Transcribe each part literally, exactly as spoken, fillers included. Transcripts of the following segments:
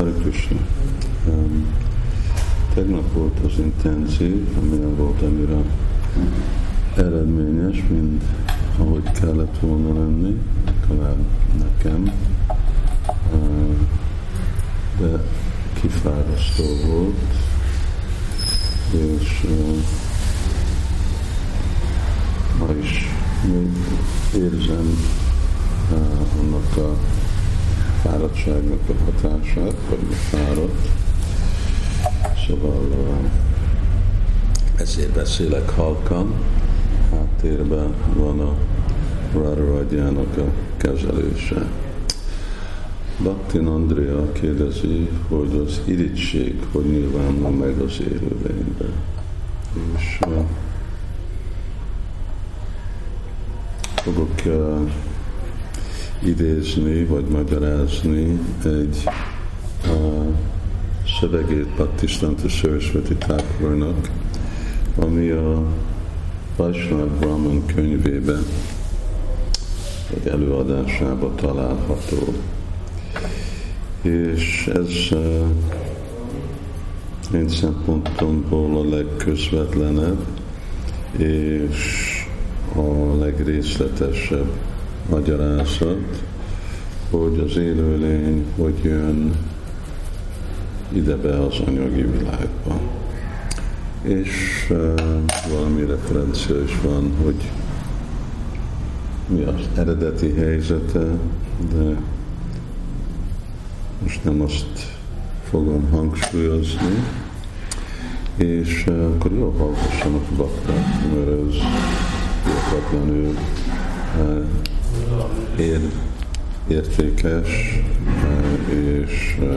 Hare Krishna. Um, tegnap volt az intenzív, ami nem volt annyira eredményes, mint ahogy kellett volna lenni, talán nekem. Uh, de kifárasztó volt, és uh, ma is még érzem uh, annak a fáradtságnak a hatását, vagy fáradt. Szóval uh, ezért beszélek halkan, háttérben van a Radharanyának a kezelése. Bhaktin Andrea kérdezi, hogy az irigység hogy nyilvánul meg az élőlényben. És uh, fogok uh, idézni, vagy magyarázni egy uh, szövegét Bhaktisiddhanta Saraswati Thakurnak, ami a Vaishnava Brahman könyvében, egy előadásában található. És ez uh, én szempontomból a legközvetlenebb és a legrészletesebb magyarázat, hogy az élőlény hogy jön ide be az anyagi világba. És uh, valami referencia is van, hogy mi az eredeti helyzete, de most nem azt fogom hangsúlyozni, és uh, akkor jól hallgassanak a bakták, mert ez hihetetlenül uh, ér, értékes uh, és uh,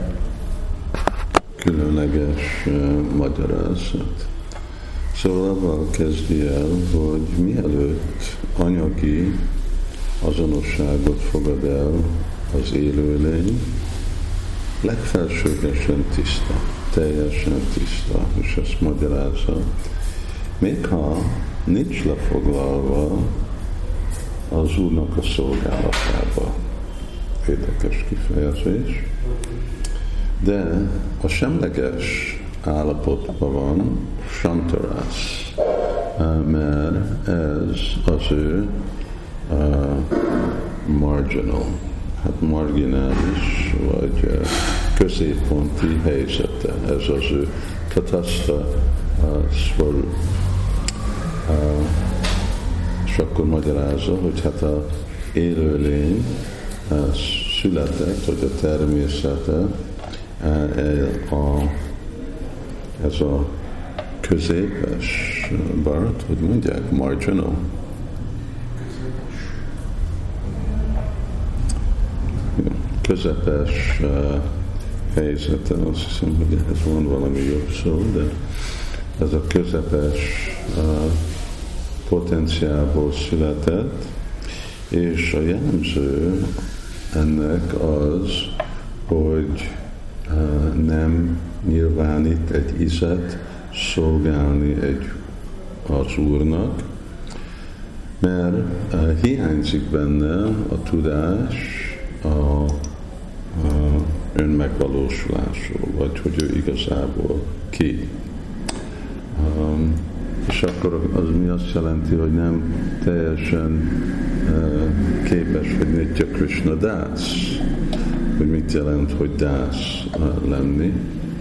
különleges uh, magyarázat. Szóval avval kezdi el, hogy mielőtt anyagi azonosságot fogad el az élőlény, legfelsőbbesen tiszta, teljesen tiszta, és ezt magyarázza. Még ha nincs lefoglalva az Úrnak a szolgálatába, érdekes kifejezés, de a semleges állapotban van, Shantaras, mert ez az ő uh, marginal, hát marginális, vagy uh, középponti helyzete, ez az ő tataszta uh, svarup. Uh, és akkor magyarázza, hogy hát a élőlény uh, született, vagy a természete, uh, a, ez a középes Bharat, hogy mondják, marginal. Közepes uh, helyzete, azt hiszem, hogy ez van valami jobb szó, de ez a közepes uh, potenciálból született, és a jellemző ennek az, hogy uh, nem nyilvánít egy ízet szolgálni egy az Úrnak, mert uh, hiányzik benne a tudás a, a önmegvalósulásról, vagy hogy ő igazából ki. Um, és akkor az mi azt jelenti, hogy nem teljesen uh, képes, hogy Nitya Krishna dász, hogy mit jelent, hogy dász uh, lenni.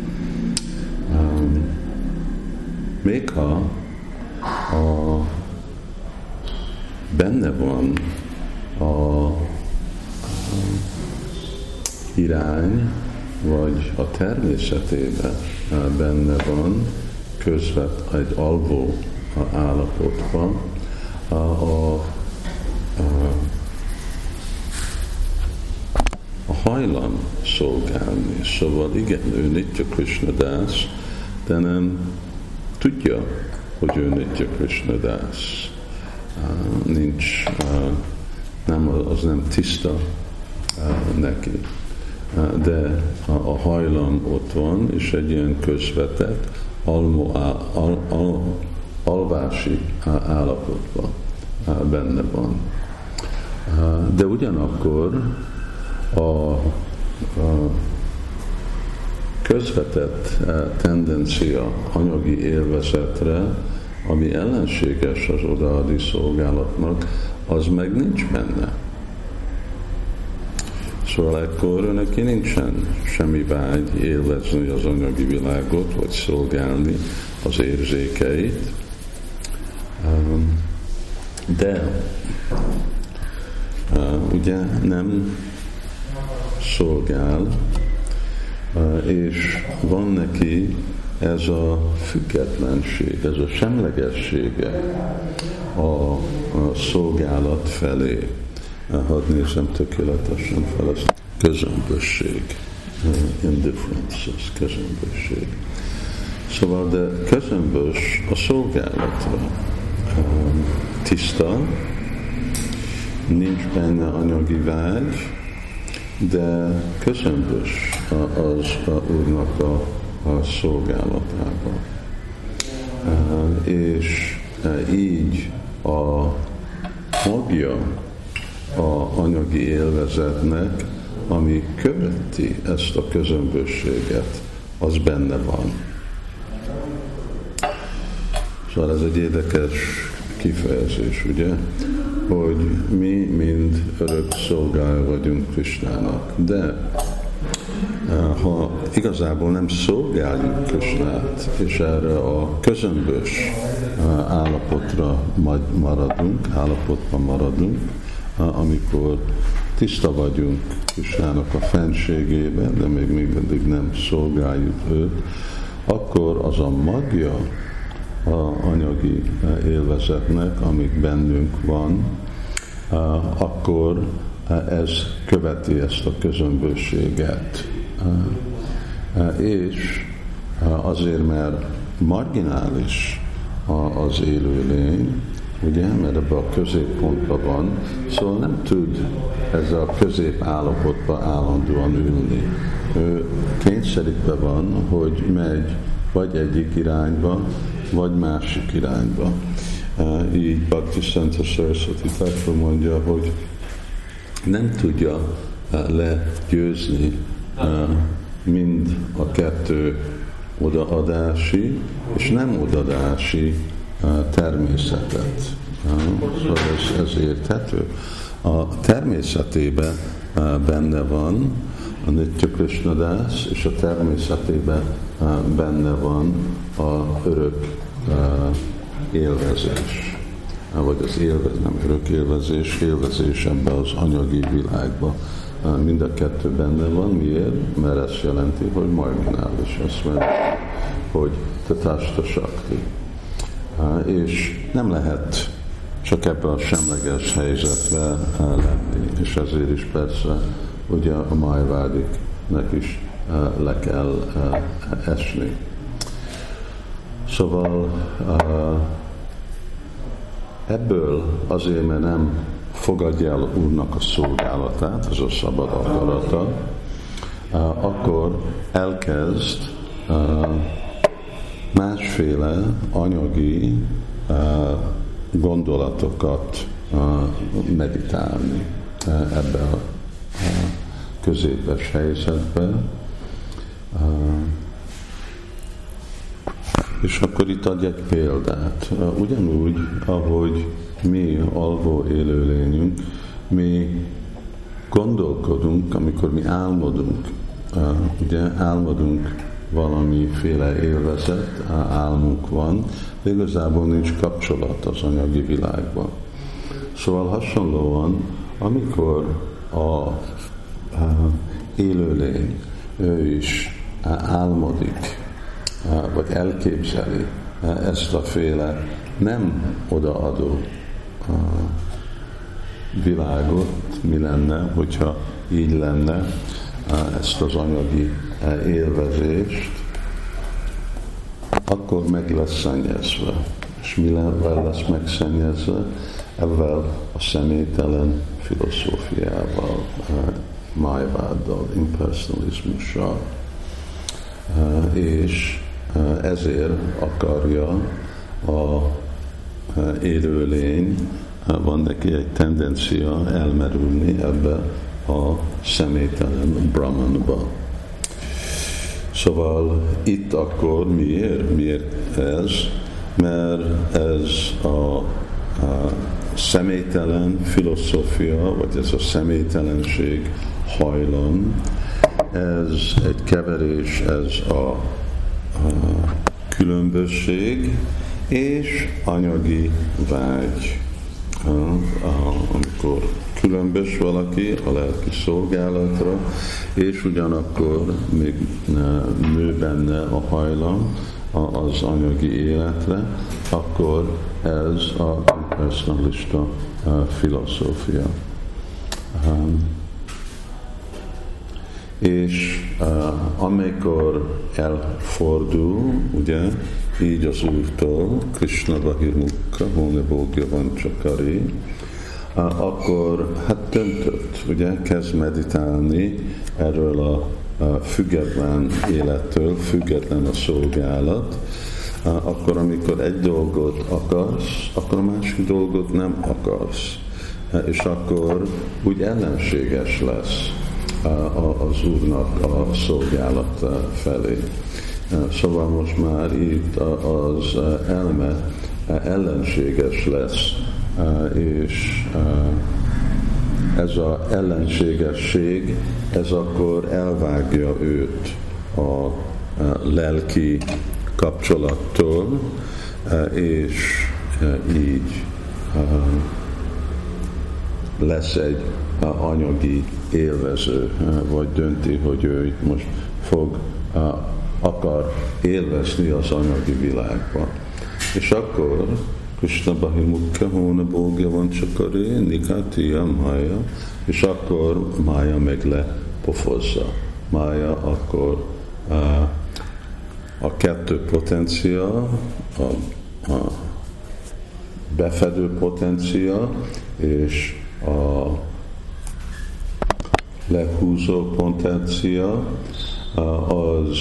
Um, még ha a, benne van a, a irány, vagy a természetében benne van, közvet egy alvó állapotban a, a, a, a hajlam szolgálni. Szóval igen, ő Nitya Krishna dász, de nem tudja, hogy ő Nitya Krishna dász. Nincs, nem, az nem tiszta neki. De a hajlam ott van, és egy ilyen közvetett almo, al, al, alvási állapotban benne van. De ugyanakkor a, a közvetett tendencia anyagi élvezetre, ami ellenséges az odaadi szolgálatnak, az meg nincs benne. Szóval ekkor neki nincsen semmi vágy élvezni az anyagi világot, vagy szolgálni az érzékeit. De ugye nem szolgál, és van neki ez a függetlenség, ez a semlegessége a, a szolgálat felé. Hadd nézem tökéletesen fel ezt. Közömbösség, indifference, ez közömbösség. Szóval, de közömbös a szolgálatra. Tiszta, nincs benne anyagi vágy, de közömbös az a Úrnak a, a szolgálatában. És így a magja a anyagi élvezetnek, ami követi ezt a közömbösséget, az benne van. Szóval ez egy érdekes kifejezés, ugye, hogy mi mind örök szolgálja vagyunk Krisnának, de ha igazából nem szolgáljuk Krisnát, és erre a közömbös állapotra maradunk, állapotban maradunk, amikor tiszta vagyunk Krisnának a fenségében, de még mindig nem szolgáljuk őt, akkor az a magja a anyagi élvezetnek, amik bennünk van, akkor ez követi ezt a közömbösséget. És azért, mert marginális az élőlény, ugye, mert ebbe a középpontban van, szóval nem tud ezzel a középállapotba állandóan ülni. Ő kényszerítve van, hogy megy vagy egyik irányba, vagy másik irányba. Így Bhaktisiddhanta Saraswati Thakur mondja, hogy nem tudja legyőzni mind a kettő odaadási és nem odaadási természetet. Szóval ez, ez érthető. A természetében benne van a Nitya Krishna Das, és a természetében benne van a örök élvezés. Vagy az élvezés, nem örök élvezés, élvezés ebben az anyagi világban. Mind a kettő benne van. Miért? Mert ez jelenti, hogy marginális. Azt mondja, hogy tatasta sakti. És nem lehet csak ebben a semleges helyzetben lenni. És ezért is persze ugye a májvádiknek is le kell esni. Szóval ebből azért, mert nem fogadja el Úrnak a szolgálatát, ez a szabad akarata, akkor elkezd másféle anyagi gondolatokat meditálni ebbe a középes helyzetbe. És akkor itt adj egy példát. Ugyanúgy, ahogy mi, alvó élőlényünk, mi gondolkodunk, amikor mi álmodunk. Ugye álmodunk valamiféle élvezet, álmunk van, de igazából nincs kapcsolat az anyagi világban. Szóval hasonlóan, amikor a, a élőlény, ő is álmodik, vagy elképzeli ezt a féle nem odaadó világot, mi lenne, hogyha így lenne ezt az anyagi élvezést, akkor meg lesz szennyezve. És mivel lesz megszennyezve? Ezzel a személytelen filozófiával, májváddal, impersonalizmussal. És ezért akarja a élőlény, van neki egy tendencia elmerülni ebbe a személytelen Brahmanba. Szóval itt akkor miért? Miért ez? Mert ez a, a személytelen filozófia, vagy ez a személytelenség hajlam, ez egy keverés, ez a, a különbözség és anyagi vágy. Amikor különbös valaki a lelki szolgálatra, és ugyanakkor még nő benne a hajlam az anyagi életre, akkor ez a personalista filozófia. És amikor elfordul, ugye, így az Úrtól, Krishna Bahirmukha, Hone Bhogya Vanchakari, akkor hát döntött, ugye, kezd meditálni erről a, a független élettől, független a szolgálat, akkor amikor egy dolgot akarsz, akkor a másik dolgot nem akarsz, és akkor úgy ellenséges lesz az Úrnak a szolgálat felé. Szóval most már itt az elme ellenséges lesz, és ez az ellenségesség, ez akkor elvágja őt a lelki kapcsolattól, és így lesz egy anyagi élvező, vagy dönti, hogy ő itt most fog, akar élvezni az anyagi világban. És akkor Krishna Bahirmukha Hone Bhogya Vanchakari Nikatiya Maya, és akkor Maya meg lepofozza. Maya akkor a, a kettő potencia, a, a befedő potencia, és a lehúzó potencia, az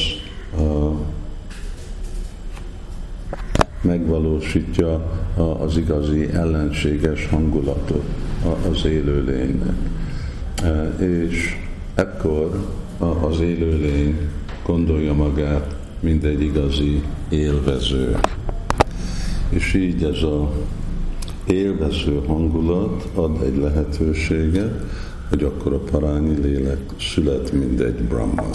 megvalósítja az igazi ellenséges hangulatot az élőlénynek. És ekkor az élőlény gondolja magát, mint egy igazi élvező. És így ez a élvező hangulat ad egy lehetőséget, hogy akkor a parányi lélek szület, mint egy Brahma.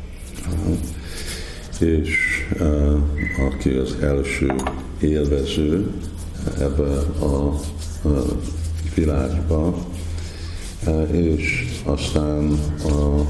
És uh, aki az első élvező ebbe a, a világba, uh, és aztán a,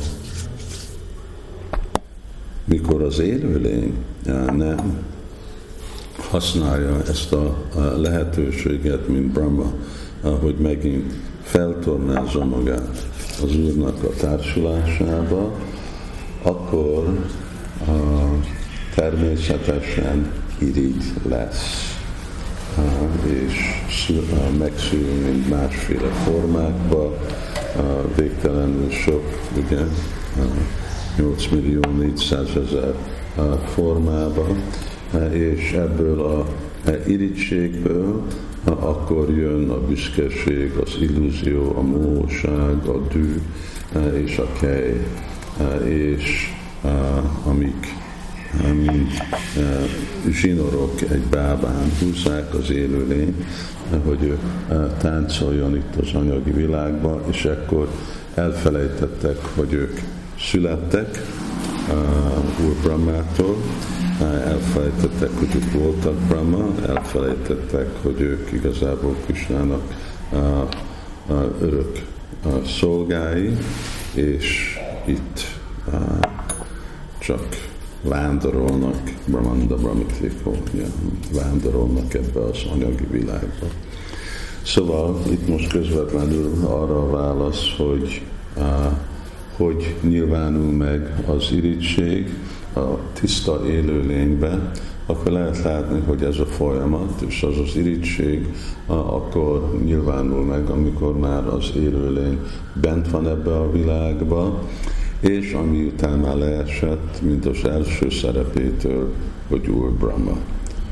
mikor az élőlény uh, nem használja ezt a, a lehetőséget, mint Brahma, uh, hogy megint feltornázza magát az Úrnak a társulásába, akkor uh, természetesen irigy lesz, uh, és szül, uh, megszül, mint másféle formákba, uh, végtelenül sok, ugye, uh, nyolc millió négyszázezer uh, formába, uh, és ebből a uh, irigységből uh, akkor jön a büszkeség, az illúzió, a mohóság, a dű uh, és a kej, uh, és uh, amik mint uh, zsinorok egy bábán húzzák az élőlény, hogy ő uh, táncoljon itt az anyagi világban, és ekkor elfelejtettek, hogy ők születtek uh, Úr Brahmától, uh, elfelejtettek, hogy ők voltak Brahma, elfelejtettek, hogy ők igazából Krishnának uh, uh, örök uh, szolgái, és itt uh, csak vándorolnak, Brahmanda Brahmitéko, ja, vándorolnak ebbe az anyagi világba. Szóval itt most közvetlenül arra a válasz, hogy uh, hogy nyilvánul meg az irigység a tiszta élőlénybe, akkor lehet látni, hogy ez a folyamat, és az az irigység uh, akkor nyilvánul meg, amikor már az élőlény bent van ebbe a világba, és ami után már leesett, mint az első szerepétől, hogy Úr Brahma.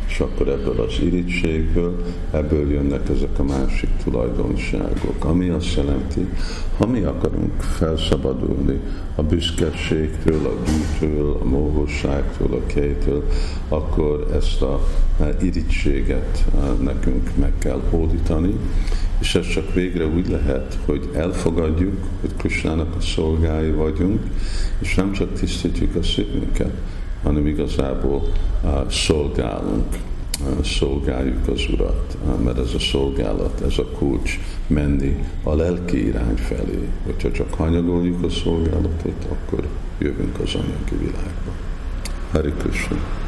és akkor ebből az irítségből, ebből jönnek ezek a másik tulajdonságok, ami azt jelenti, ha mi akarunk felszabadulni a büszkeségtől, a gyűjtől, a móhosságtól, a kétől, akkor ezt a irítséget nekünk meg kell hódítani, és ez csak végre úgy lehet, hogy elfogadjuk, hogy Krisnának a szolgái vagyunk, és nem csak tisztítjuk a szívünket, hanem igazából uh, szolgálunk, uh, szolgáljuk az Urat, uh, mert ez a szolgálat, ez a kulcs menni a lelki irány felé. Hogyha csak hanyagoljuk a szolgálatot, akkor jövünk az anyagi világba. Hare Krishna!